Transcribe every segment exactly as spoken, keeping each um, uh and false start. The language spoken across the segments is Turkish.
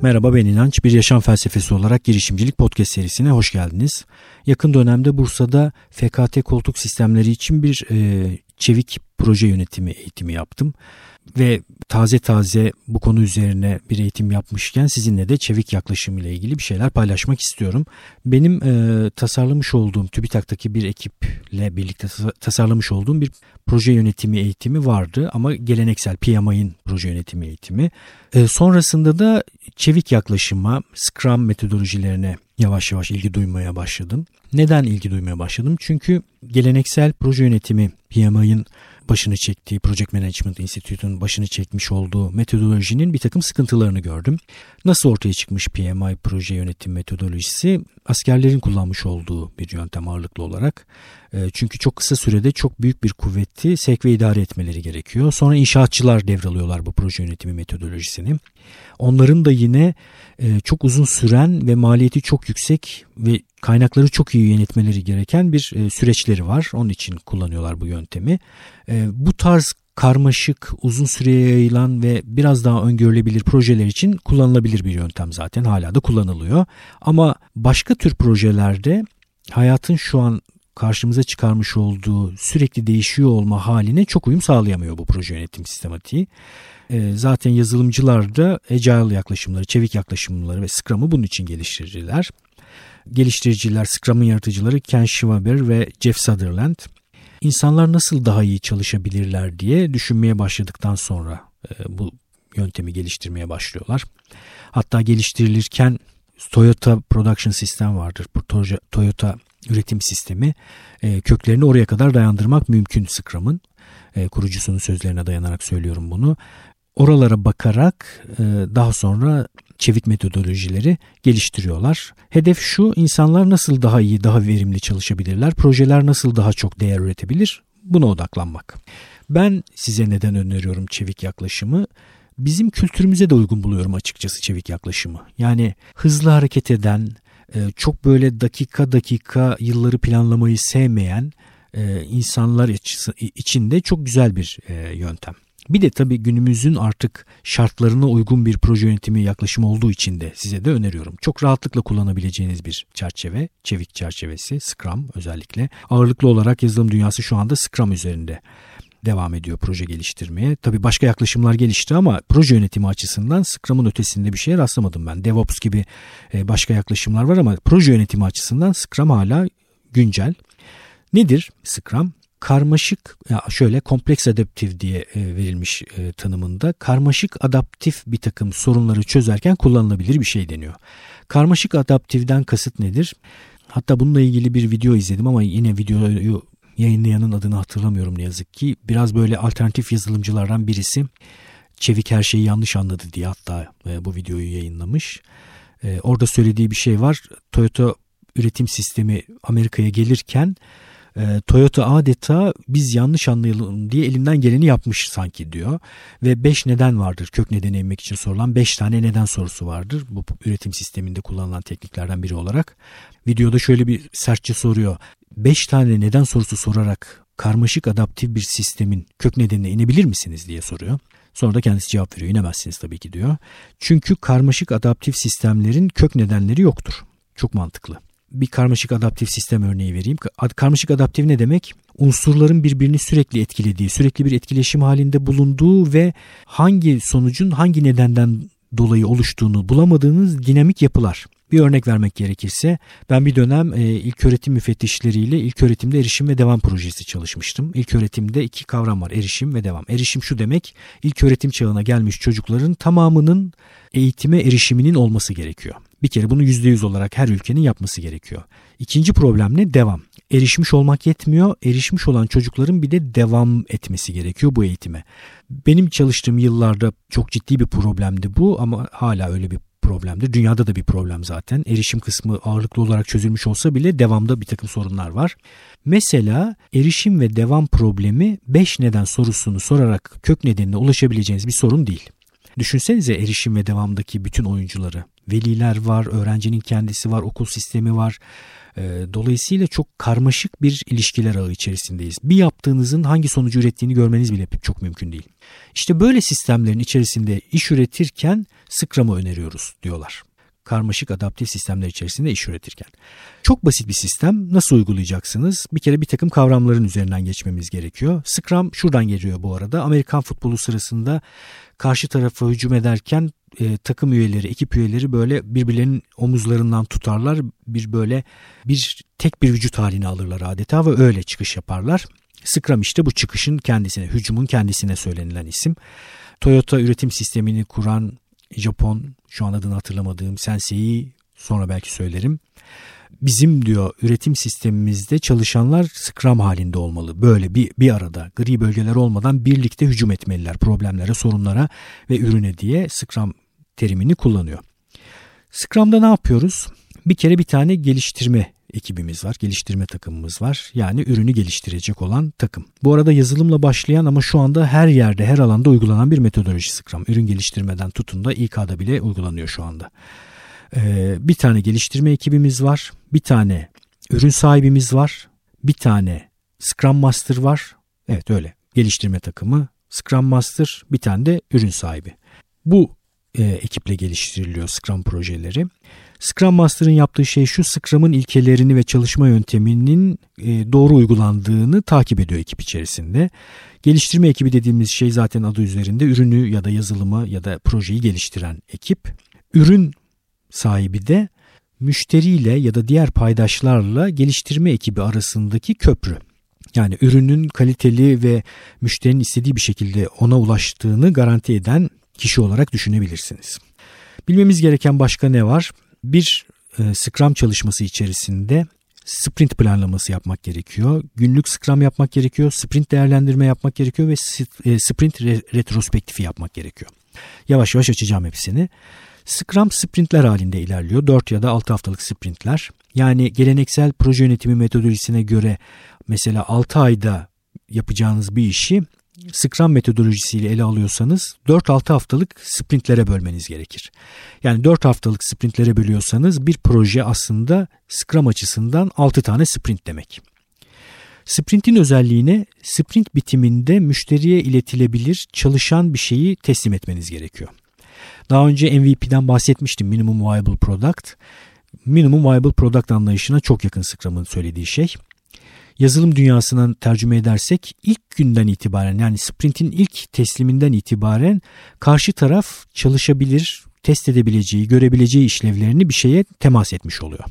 Merhaba, ben İnanç. Bir Yaşam Felsefesi olarak girişimcilik podcast serisine hoş geldiniz. Yakın dönemde Bursa'da F K T koltuk sistemleri için bir e, çevik proje yönetimi eğitimi yaptım. Ve taze taze bu konu üzerine bir eğitim yapmışken sizinle de çevik yaklaşım ile ilgili bir şeyler paylaşmak istiyorum. Benim e, tasarlamış olduğum TÜBİTAK'taki bir ekiple birlikte tasarlamış olduğum bir proje yönetimi eğitimi vardı ama geleneksel P M I'nin proje yönetimi eğitimi. E, sonrasında da çevik yaklaşıma, Scrum metodolojilerine yavaş yavaş ilgi duymaya başladım. Neden ilgi duymaya başladım? Çünkü geleneksel proje yönetimi P M I'nin başını çektiği, Project Management Institute'un başını çekmiş olduğu metodolojinin bir takım sıkıntılarını gördüm. Nasıl ortaya çıkmış P M I proje yönetim metodolojisi? Askerlerin kullanmış olduğu bir yöntem ağırlıklı olarak. Çünkü çok kısa sürede çok büyük bir kuvveti sevk ve idare etmeleri gerekiyor. Sonra inşaatçılar devralıyorlar bu proje yönetimi metodolojisini. Onların da yine çok uzun süren ve maliyeti çok yüksek ve kaynakları çok iyi yönetmeleri gereken bir süreçleri var. Onun için kullanıyorlar bu yöntemi. Bu tarz karmaşık, uzun süreye yayılan ve biraz daha öngörülebilir projeler için kullanılabilir bir yöntem zaten. Hala da kullanılıyor. Ama başka tür projelerde hayatın şu an karşımıza çıkarmış olduğu sürekli değişiyor olma haline çok uyum sağlayamıyor bu proje yönetim sistematiği. Zaten yazılımcılar da agile yaklaşımları, çevik yaklaşımları ve Scrum'ı bunun için geliştirdiler. Geliştiriciler, Scrum'ın yaratıcıları Ken Schwaber ve Jeff Sutherland. İnsanlar nasıl daha iyi çalışabilirler diye düşünmeye başladıktan sonra bu yöntemi geliştirmeye başlıyorlar. Hatta geliştirilirken Toyota Production System vardır. Toyota üretim sistemi. Köklerini oraya kadar dayandırmak mümkün Scrum'ın. Kurucusunun sözlerine dayanarak söylüyorum bunu. Oralara bakarak daha sonra çevik metodolojileri geliştiriyorlar. Hedef şu: insanlar nasıl daha iyi, daha verimli çalışabilirler, projeler nasıl daha çok değer üretebilir, buna odaklanmak. Ben size neden öneriyorum çevik yaklaşımı? Bizim kültürümüze de uygun buluyorum açıkçası çevik yaklaşımı. Yani hızlı hareket eden, çok böyle dakika dakika yılları planlamayı sevmeyen insanlar için de çok güzel bir yöntem. Bir de tabii günümüzün artık şartlarına uygun bir proje yönetimi yaklaşımı olduğu için de size de öneriyorum. Çok rahatlıkla kullanabileceğiniz bir çerçeve, çevik çerçevesi, Scrum özellikle. Ağırlıklı olarak yazılım dünyası şu anda Scrum üzerinde devam ediyor proje geliştirmeye. Tabii başka yaklaşımlar gelişti ama proje yönetimi açısından Scrum'un ötesinde bir şeye rastlamadım ben. DevOps gibi başka yaklaşımlar var ama proje yönetimi açısından Scrum hala güncel. Nedir Scrum? Karmaşık, ya şöyle kompleks adaptif diye verilmiş tanımında, karmaşık adaptif bir takım sorunları çözerken kullanılabilir bir şey deniyor. Karmaşık adaptiften kasıt nedir? Hatta bununla ilgili bir video izledim ama yine videoyu yayınlayanın adını hatırlamıyorum ne yazık ki. Biraz böyle alternatif yazılımcılardan birisi çevik her şeyi yanlış anladı diye hatta bu videoyu yayınlamış. Orada söylediği bir şey var. Toyota üretim sistemi Amerika'ya gelirken Toyota adeta biz yanlış anlayalım diye elinden geleni yapmış sanki diyor. Ve beş neden vardır. Kök nedeni inmek için sorulan beş tane neden sorusu vardır. Bu üretim sisteminde kullanılan tekniklerden biri olarak. Videoda şöyle bir sertçe soruyor. beş tane neden sorusu sorarak karmaşık adaptif bir sistemin kök nedenine inebilir misiniz diye soruyor. Sonra da kendisi cevap veriyor. İnemezsiniz tabii ki diyor. Çünkü karmaşık adaptif sistemlerin kök nedenleri yoktur. Çok mantıklı. Bir karmaşık adaptif sistem örneği vereyim. Karmaşık adaptif ne demek? Unsurların birbirini sürekli etkilediği, sürekli bir etkileşim halinde bulunduğu ve hangi sonucun hangi nedenden dolayı oluştuğunu bulamadığınız dinamik yapılar. Bir örnek vermek gerekirse ben bir dönem e, ilköğretim müfettişleriyle ilköğretimde erişim ve devam projesi çalışmıştım. İlköğretimde iki kavram var: erişim ve devam. Erişim şu demek: ilköğretim çağına gelmiş çocukların tamamının eğitime erişiminin olması gerekiyor. Bir kere bunu yüzde yüz olarak her ülkenin yapması gerekiyor. İkinci problem ne? Devam. Erişmiş olmak yetmiyor. Erişmiş olan çocukların bir de devam etmesi gerekiyor bu eğitime. Benim çalıştığım yıllarda çok ciddi bir problemdi bu ama hala öyle bir problemdir. Dünyada da bir problem zaten. Erişim kısmı ağırlıklı olarak çözülmüş olsa bile devamda bir takım sorunlar var. Mesela erişim ve devam problemi beş neden sorusunu sorarak kök nedenine ulaşabileceğiniz bir sorun değil. Düşünsenize erişim ve devamdaki bütün oyuncuları. Veliler var, öğrencinin kendisi var, okul sistemi var. Dolayısıyla çok karmaşık bir ilişkiler ağı içerisindeyiz. Bir yaptığınızın hangi sonucu ürettiğini görmeniz bile çok mümkün değil. İşte böyle sistemlerin içerisinde iş üretirken Scrum'ı öneriyoruz diyorlar. Karmaşık adaptif sistemler içerisinde iş üretirken. Çok basit bir sistem. Nasıl uygulayacaksınız? Bir kere bir takım kavramların üzerinden geçmemiz gerekiyor. Scrum şuradan geliyor bu arada. Amerikan futbolu sırasında karşı tarafa hücum ederken e, takım üyeleri, ekip üyeleri böyle birbirlerinin omuzlarından tutarlar. Bir böyle bir tek bir vücut halini alırlar adeta ve öyle çıkış yaparlar. Scrum işte bu çıkışın kendisine, hücumun kendisine söylenilen isim. Toyota üretim sistemini kuran Japon, şu an adını hatırlamadığım Sensei'yi sonra belki söylerim. Bizim diyor üretim sistemimizde çalışanlar Scrum halinde olmalı. Böyle bir, bir arada gri bölgeler olmadan birlikte hücum etmeliler problemlere, sorunlara ve ürüne diye Scrum terimini kullanıyor. Scrum'da ne yapıyoruz? Bir kere bir tane geliştirme ekibimiz var, geliştirme takımımız var. Yani ürünü geliştirecek olan takım. Bu arada yazılımla başlayan ama şu anda her yerde, her alanda uygulanan bir metodoloji Scrum. Ürün geliştirmeden tutun da İK'da bile uygulanıyor şu anda. Ee, bir tane geliştirme ekibimiz var, bir tane ürün sahibimiz var, bir tane Scrum Master var. Evet öyle, geliştirme takımı, Scrum Master, bir tane de ürün sahibi. Bu e, ekiple geliştiriliyor Scrum projeleri. Scrum Master'ın yaptığı şey şu: Scrum'ın ilkelerini ve çalışma yönteminin e, doğru uygulandığını takip ediyor ekip içerisinde. Geliştirme ekibi dediğimiz şey zaten adı üzerinde, ürünü ya da yazılımı ya da projeyi geliştiren ekip. Ürün sahibi de müşteriyle ya da diğer paydaşlarla geliştirme ekibi arasındaki köprü. Yani ürünün kaliteli ve müşterinin istediği bir şekilde ona ulaştığını garanti eden kişi olarak düşünebilirsiniz. Bilmemiz gereken başka ne var? Bir e, Scrum çalışması içerisinde sprint planlaması yapmak gerekiyor. Günlük Scrum yapmak gerekiyor. Sprint değerlendirme yapmak gerekiyor ve e, sprint re- retrospektifi yapmak gerekiyor. Yavaş yavaş açacağım hepsini. Scrum sprintler halinde ilerliyor. dört ya da altı haftalık sprintler. Yani geleneksel proje yönetimi metodolojisine göre mesela altı ayda yapacağınız bir işi Scrum metodolojisiyle ele alıyorsanız dört altı haftalık sprintlere bölmeniz gerekir. Yani dört haftalık sprintlere bölüyorsanız bir proje aslında Scrum açısından altı tane sprint demek. Sprintin özelliğine, sprint bitiminde müşteriye iletilebilir, çalışan bir şeyi teslim etmeniz gerekiyor. Daha önce M V P'den bahsetmiştim, Minimum Viable Product. Minimum Viable Product anlayışına çok yakın Scrum'ın söylediği şey. Yazılım dünyasından tercüme edersek ilk günden itibaren, yani sprintin ilk tesliminden itibaren karşı taraf çalışabilir, test edebileceği, görebileceği işlevlerini bir şeye temas etmiş oluyor.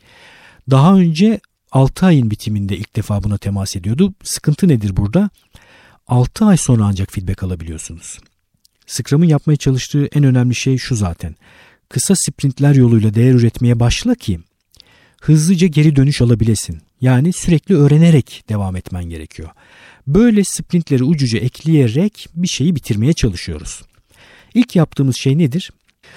Daha önce altı ayın bitiminde ilk defa buna temas ediyordu. Sıkıntı nedir burada? altı ay sonra ancak feedback alabiliyorsunuz. Scrum'ın yapmaya çalıştığı en önemli şey şu zaten. Kısa sprintler yoluyla değer üretmeye başla ki hızlıca geri dönüş alabilesin. Yani sürekli öğrenerek devam etmen gerekiyor. Böyle sprintleri ucuca ekleyerek bir şeyi bitirmeye çalışıyoruz. İlk yaptığımız şey nedir?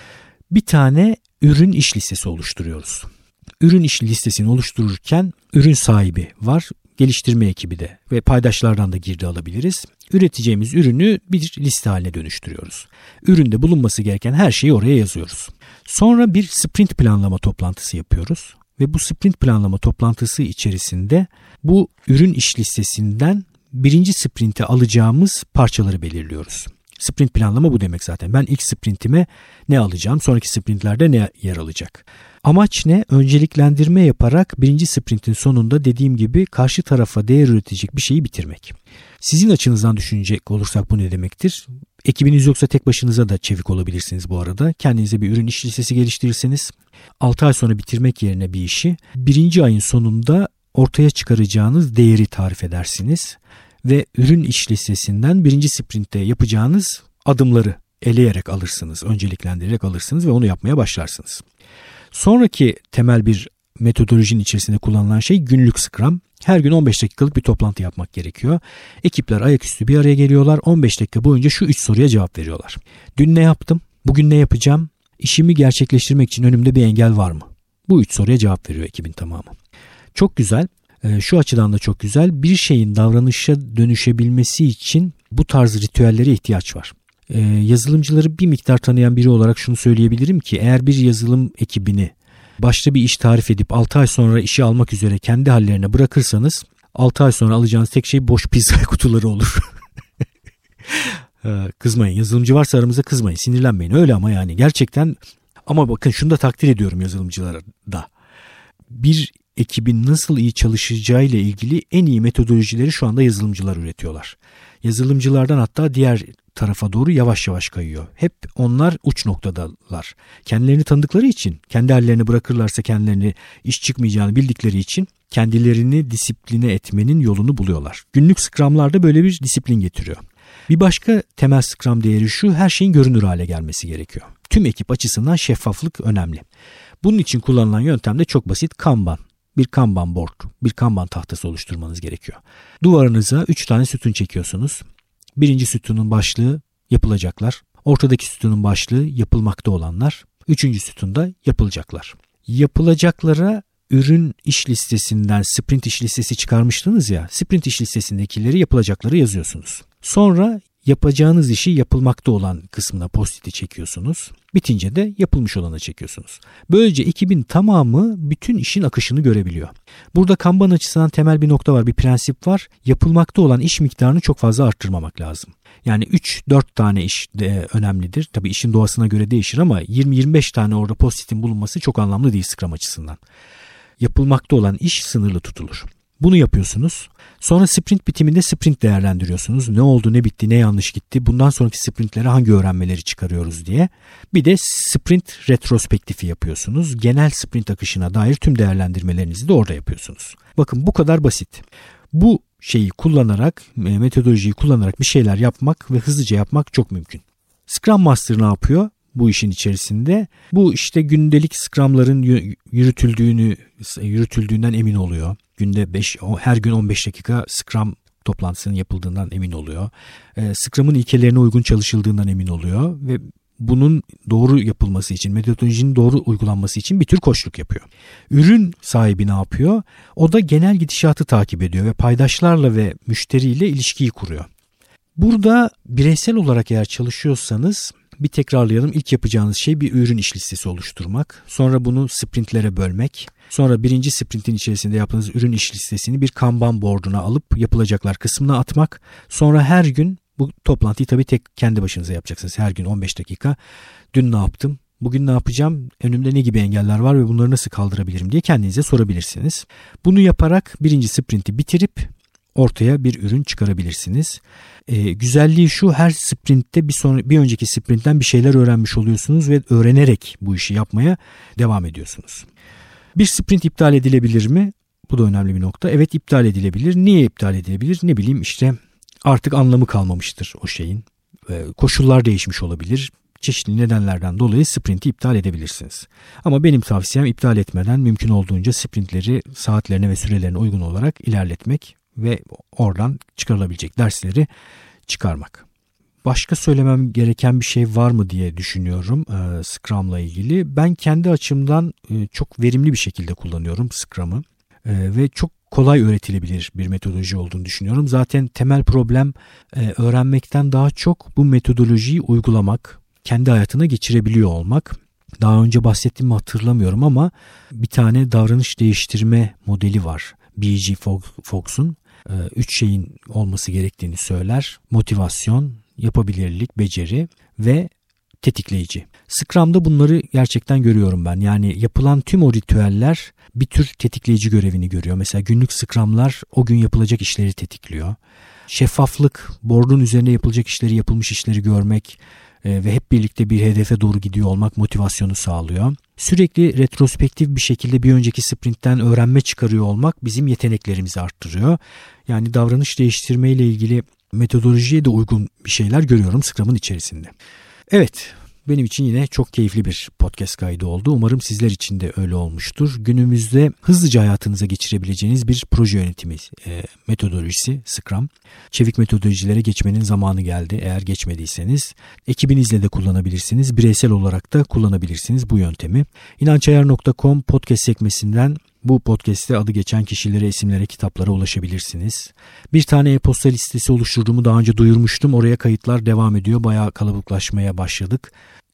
Bir tane ürün iş listesi oluşturuyoruz. Ürün iş listesini oluştururken ürün sahibi var, geliştirme ekibi de ve paydaşlardan da girdi alabiliriz. Üreteceğimiz ürünü bir liste haline dönüştürüyoruz. Üründe bulunması gereken her şeyi oraya yazıyoruz. Sonra bir sprint planlama toplantısı yapıyoruz. Ve bu sprint planlama toplantısı içerisinde bu ürün iş listesinden birinci sprinte alacağımız parçaları belirliyoruz. Sprint planlama bu demek zaten. Ben ilk sprintime ne alacağım, sonraki sprintlerde ne yer alacak. Amaç ne? Önceliklendirme yaparak birinci sprintin sonunda dediğim gibi karşı tarafa değer üretecek bir şeyi bitirmek. Sizin açınızdan düşünecek olursak bu ne demektir? Ekibiniz yoksa tek başınıza da çevik olabilirsiniz bu arada. Kendinize bir ürün iş listesi geliştirirseniz altı ay sonra bitirmek yerine bir işi birinci ayın sonunda ortaya çıkaracağınız değeri tarif edersiniz. Ve ürün iş listesinden birinci sprintte yapacağınız adımları eleyerek alırsınız, önceliklendirerek alırsınız ve onu yapmaya başlarsınız. Sonraki temel bir metodolojinin içerisinde kullanılan şey günlük Scrum. Her gün on beş dakikalık bir toplantı yapmak gerekiyor. Ekipler ayaküstü bir araya geliyorlar. on beş dakika boyunca şu üç soruya cevap veriyorlar. Dün ne yaptım? Bugün ne yapacağım? İşimi gerçekleştirmek için önümde bir engel var mı? Bu üç soruya cevap veriyor ekibin tamamı. Çok güzel. Şu açıdan da çok güzel. Bir şeyin davranışa dönüşebilmesi için bu tarz ritüellere ihtiyaç var. Ee, yazılımcıları bir miktar tanıyan biri olarak şunu söyleyebilirim ki eğer bir yazılım ekibini başta bir iş tarif edip altı ay sonra işi almak üzere kendi hallerine bırakırsanız altı ay sonra alacağınız tek şey boş pizza kutuları olur. Ee, kızmayın. Yazılımcı varsa aramızda kızmayın. Sinirlenmeyin. Öyle ama yani gerçekten. Ama bakın şunu da takdir ediyorum yazılımcılara da. Bir ekibin nasıl iyi çalışacağıyla ilgili en iyi metodolojileri şu anda yazılımcılar üretiyorlar. Yazılımcılardan hatta diğer tarafa doğru yavaş yavaş kayıyor. Hep onlar uç noktadalar. Kendilerini tanıdıkları için, kendi hallerini bırakırlarsa kendilerini iş çıkmayacağını bildikleri için kendilerini disipline etmenin yolunu buluyorlar. Günlük Scrum'larda böyle bir disiplin getiriyor. Bir başka temel Scrum değeri şu: her şeyin görünür hale gelmesi gerekiyor. Tüm ekip açısından şeffaflık önemli. Bunun için kullanılan yöntem de çok basit: Kanban. Bir Kanban board, bir Kanban tahtası oluşturmanız gerekiyor. Duvarınıza üç tane sütun çekiyorsunuz. Birinci sütunun başlığı yapılacaklar. Ortadaki sütunun başlığı yapılmakta olanlar. Üçüncü sütunda yapılacaklar. Yapılacaklara ürün iş listesinden sprint iş listesi çıkarmıştınız ya. Sprint iş listesindekileri, yapılacakları yazıyorsunuz. Sonra yapacağınız işi yapılmakta olan kısmına post-it'i çekiyorsunuz. Bitince de yapılmış olana çekiyorsunuz. Böylece ekibin tamamı bütün işin akışını görebiliyor. Burada Kanban açısından temel bir nokta var, bir prensip var. Yapılmakta olan iş miktarını çok fazla arttırmamak lazım. Yani üç dört tane iş de önemlidir. Tabii işin doğasına göre değişir ama yirmi yirmi beş tane orada post-it'in bulunması çok anlamlı değil Scrum açısından. Yapılmakta olan iş sınırlı tutulur. Bunu yapıyorsunuz. Sonra sprint bitiminde sprint değerlendiriyorsunuz. Ne oldu, ne bitti, ne yanlış gitti, bundan sonraki sprintlere hangi öğrenmeleri çıkarıyoruz diye. Bir de sprint retrospektifi yapıyorsunuz. Genel sprint akışına dair tüm değerlendirmelerinizi de orada yapıyorsunuz. Bakın bu kadar basit. Bu şeyi kullanarak, metodolojiyi kullanarak bir şeyler yapmak ve hızlıca yapmak çok mümkün. Scrum Master ne yapıyor bu işin içerisinde? Bu işte gündelik Scrum'ların yürütüldüğünü yürütüldüğünden emin oluyor. Günde beş, her gün on beş dakika Scrum toplantısının yapıldığından emin oluyor. E, Scrum'ın ilkelerine uygun çalışıldığından emin oluyor ve bunun doğru yapılması için, metodolojinin doğru uygulanması için bir tür koçluk yapıyor. Ürün sahibi ne yapıyor? O da genel gidişatı takip ediyor ve paydaşlarla ve müşteriyle ilişkiyi kuruyor. Burada bireysel olarak eğer çalışıyorsanız, bir tekrarlayalım. İlk yapacağınız şey bir ürün iş listesi oluşturmak. Sonra bunu sprintlere bölmek. Sonra birinci sprintin içerisinde yaptığınız ürün iş listesini bir Kanban board'una alıp yapılacaklar kısmına atmak. Sonra her gün bu toplantıyı tabii tek kendi başınıza yapacaksınız. Her gün on beş dakika. Dün ne yaptım? Bugün ne yapacağım? Önümde ne gibi engeller var ve bunları nasıl kaldırabilirim diye kendinize sorabilirsiniz. Bunu yaparak birinci sprinti bitirip ortaya bir ürün çıkarabilirsiniz. Ee, güzelliği şu: her sprintte bir sonra bir önceki sprintten bir şeyler öğrenmiş oluyorsunuz ve öğrenerek bu işi yapmaya devam ediyorsunuz. Bir sprint iptal edilebilir mi? Bu da önemli bir nokta. Evet, iptal edilebilir. Niye iptal edilebilir? Ne bileyim işte artık anlamı kalmamıştır o şeyin. Ee, koşullar değişmiş olabilir. Çeşitli nedenlerden dolayı sprinti iptal edebilirsiniz. Ama benim tavsiyem iptal etmeden mümkün olduğunca sprintleri saatlerine ve sürelerine uygun olarak ilerletmek ve oradan çıkarılabilecek dersleri çıkarmak. Başka söylemem gereken bir şey var mı diye düşünüyorum e, Scrum'la ilgili. Ben kendi açımdan e, çok verimli bir şekilde kullanıyorum Scrum'ı e, ve çok kolay öğretilebilir bir metodoloji olduğunu düşünüyorum. Zaten temel problem e, öğrenmekten daha çok bu metodolojiyi uygulamak, kendi hayatına geçirebiliyor olmak. Daha önce bahsettiğimi hatırlamıyorum ama bir tane davranış değiştirme modeli var. B G Fox'un üç şeyin olması gerektiğini söyler: motivasyon, yapabilirlik, beceri ve tetikleyici. Scrum'da bunları gerçekten görüyorum ben. Yani yapılan tüm o ritüeller bir tür tetikleyici görevini görüyor. Mesela günlük Scrum'lar o gün yapılacak işleri tetikliyor. Şeffaflık, board'un üzerinde yapılacak işleri, yapılmış işleri görmek e, ve hep birlikte bir hedefe doğru gidiyor olmak motivasyonu sağlıyor. Sürekli retrospektif bir şekilde bir önceki sprintten öğrenme çıkarıyor olmak bizim yeteneklerimizi arttırıyor. Yani davranış değiştirme ile ilgili metodolojiye de uygun bir şeyler görüyorum Scrum'ın içerisinde. Evet, benim için yine çok keyifli bir podcast kaydı oldu. Umarım sizler için de öyle olmuştur. Günümüzde hızlıca hayatınıza geçirebileceğiniz bir proje yönetimi e, metodolojisi Scrum. Çevik metodolojilere geçmenin zamanı geldi. Eğer geçmediyseniz ekibinizle de kullanabilirsiniz. Bireysel olarak da kullanabilirsiniz bu yöntemi. inançayar nokta com podcast sekmesinden bu podcast'te adı geçen kişilere, isimlere, kitaplara ulaşabilirsiniz. Bir tane e-posta listesi oluşturduğumu daha önce duyurmuştum. Oraya kayıtlar devam ediyor. Bayağı kalabalıklaşmaya başladık.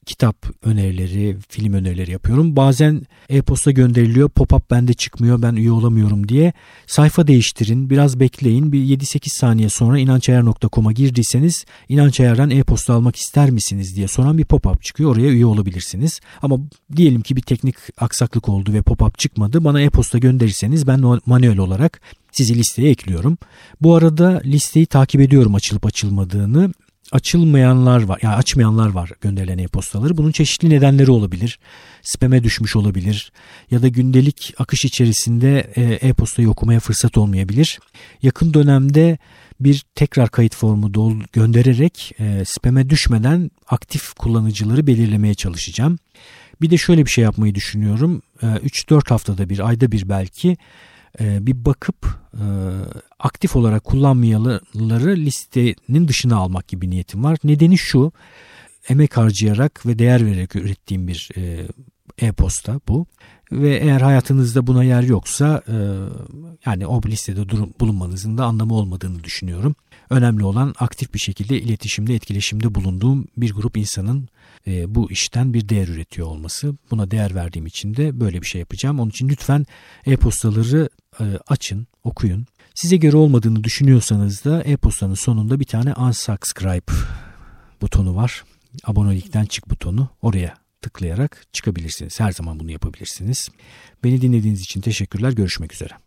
kitap önerileri, film önerileri yapıyorum. Bazen e-posta gönderiliyor, pop-up bende çıkmıyor, ben üye olamıyorum diye. Sayfa değiştirin, biraz bekleyin. Bir yedi sekiz saniye sonra inançayar nokta com'a girdiyseniz İnançayar'dan e-posta almak ister misiniz diye soran bir pop-up çıkıyor. Oraya üye olabilirsiniz. Ama diyelim ki bir teknik aksaklık oldu ve pop-up çıkmadı. Bana e-posta gönderirseniz ben manuel olarak sizi listeye ekliyorum. Bu arada listeyi takip ediyorum açılıp açılmadığını. Açılmayanlar var, yani açmayanlar var gönderilen e-postaları. Bunun çeşitli nedenleri olabilir. Spam'e düşmüş olabilir ya da gündelik akış içerisinde e-postayı okumaya fırsat olmayabilir. Yakın dönemde bir tekrar kayıt formu dol göndererek e, spam'e düşmeden aktif kullanıcıları belirlemeye çalışacağım. Bir de şöyle bir şey yapmayı düşünüyorum. E, üç dört haftada bir, ayda bir belki e, bir bakıp e, aktif olarak kullanmayanları listenin dışına almak gibi niyetim var. Nedeni şu: emek harcayarak ve değer vererek ürettiğim bir e, e-posta bu. Ve eğer hayatınızda buna yer yoksa e, yani o listede durum, bulunmanızın da anlamı olmadığını düşünüyorum. Önemli olan aktif bir şekilde iletişimde, etkileşimde bulunduğum bir grup insanın e, bu işten bir değer üretiyor olması. Buna değer verdiğim için de böyle bir şey yapacağım. Onun için lütfen e-postaları e, açın, okuyun. Size göre olmadığını düşünüyorsanız da e-postanın sonunda bir tane unsubscribe butonu var. Abonelikten çık butonu, oraya tıklayarak çıkabilirsiniz. Her zaman bunu yapabilirsiniz. Beni dinlediğiniz için teşekkürler. Görüşmek üzere.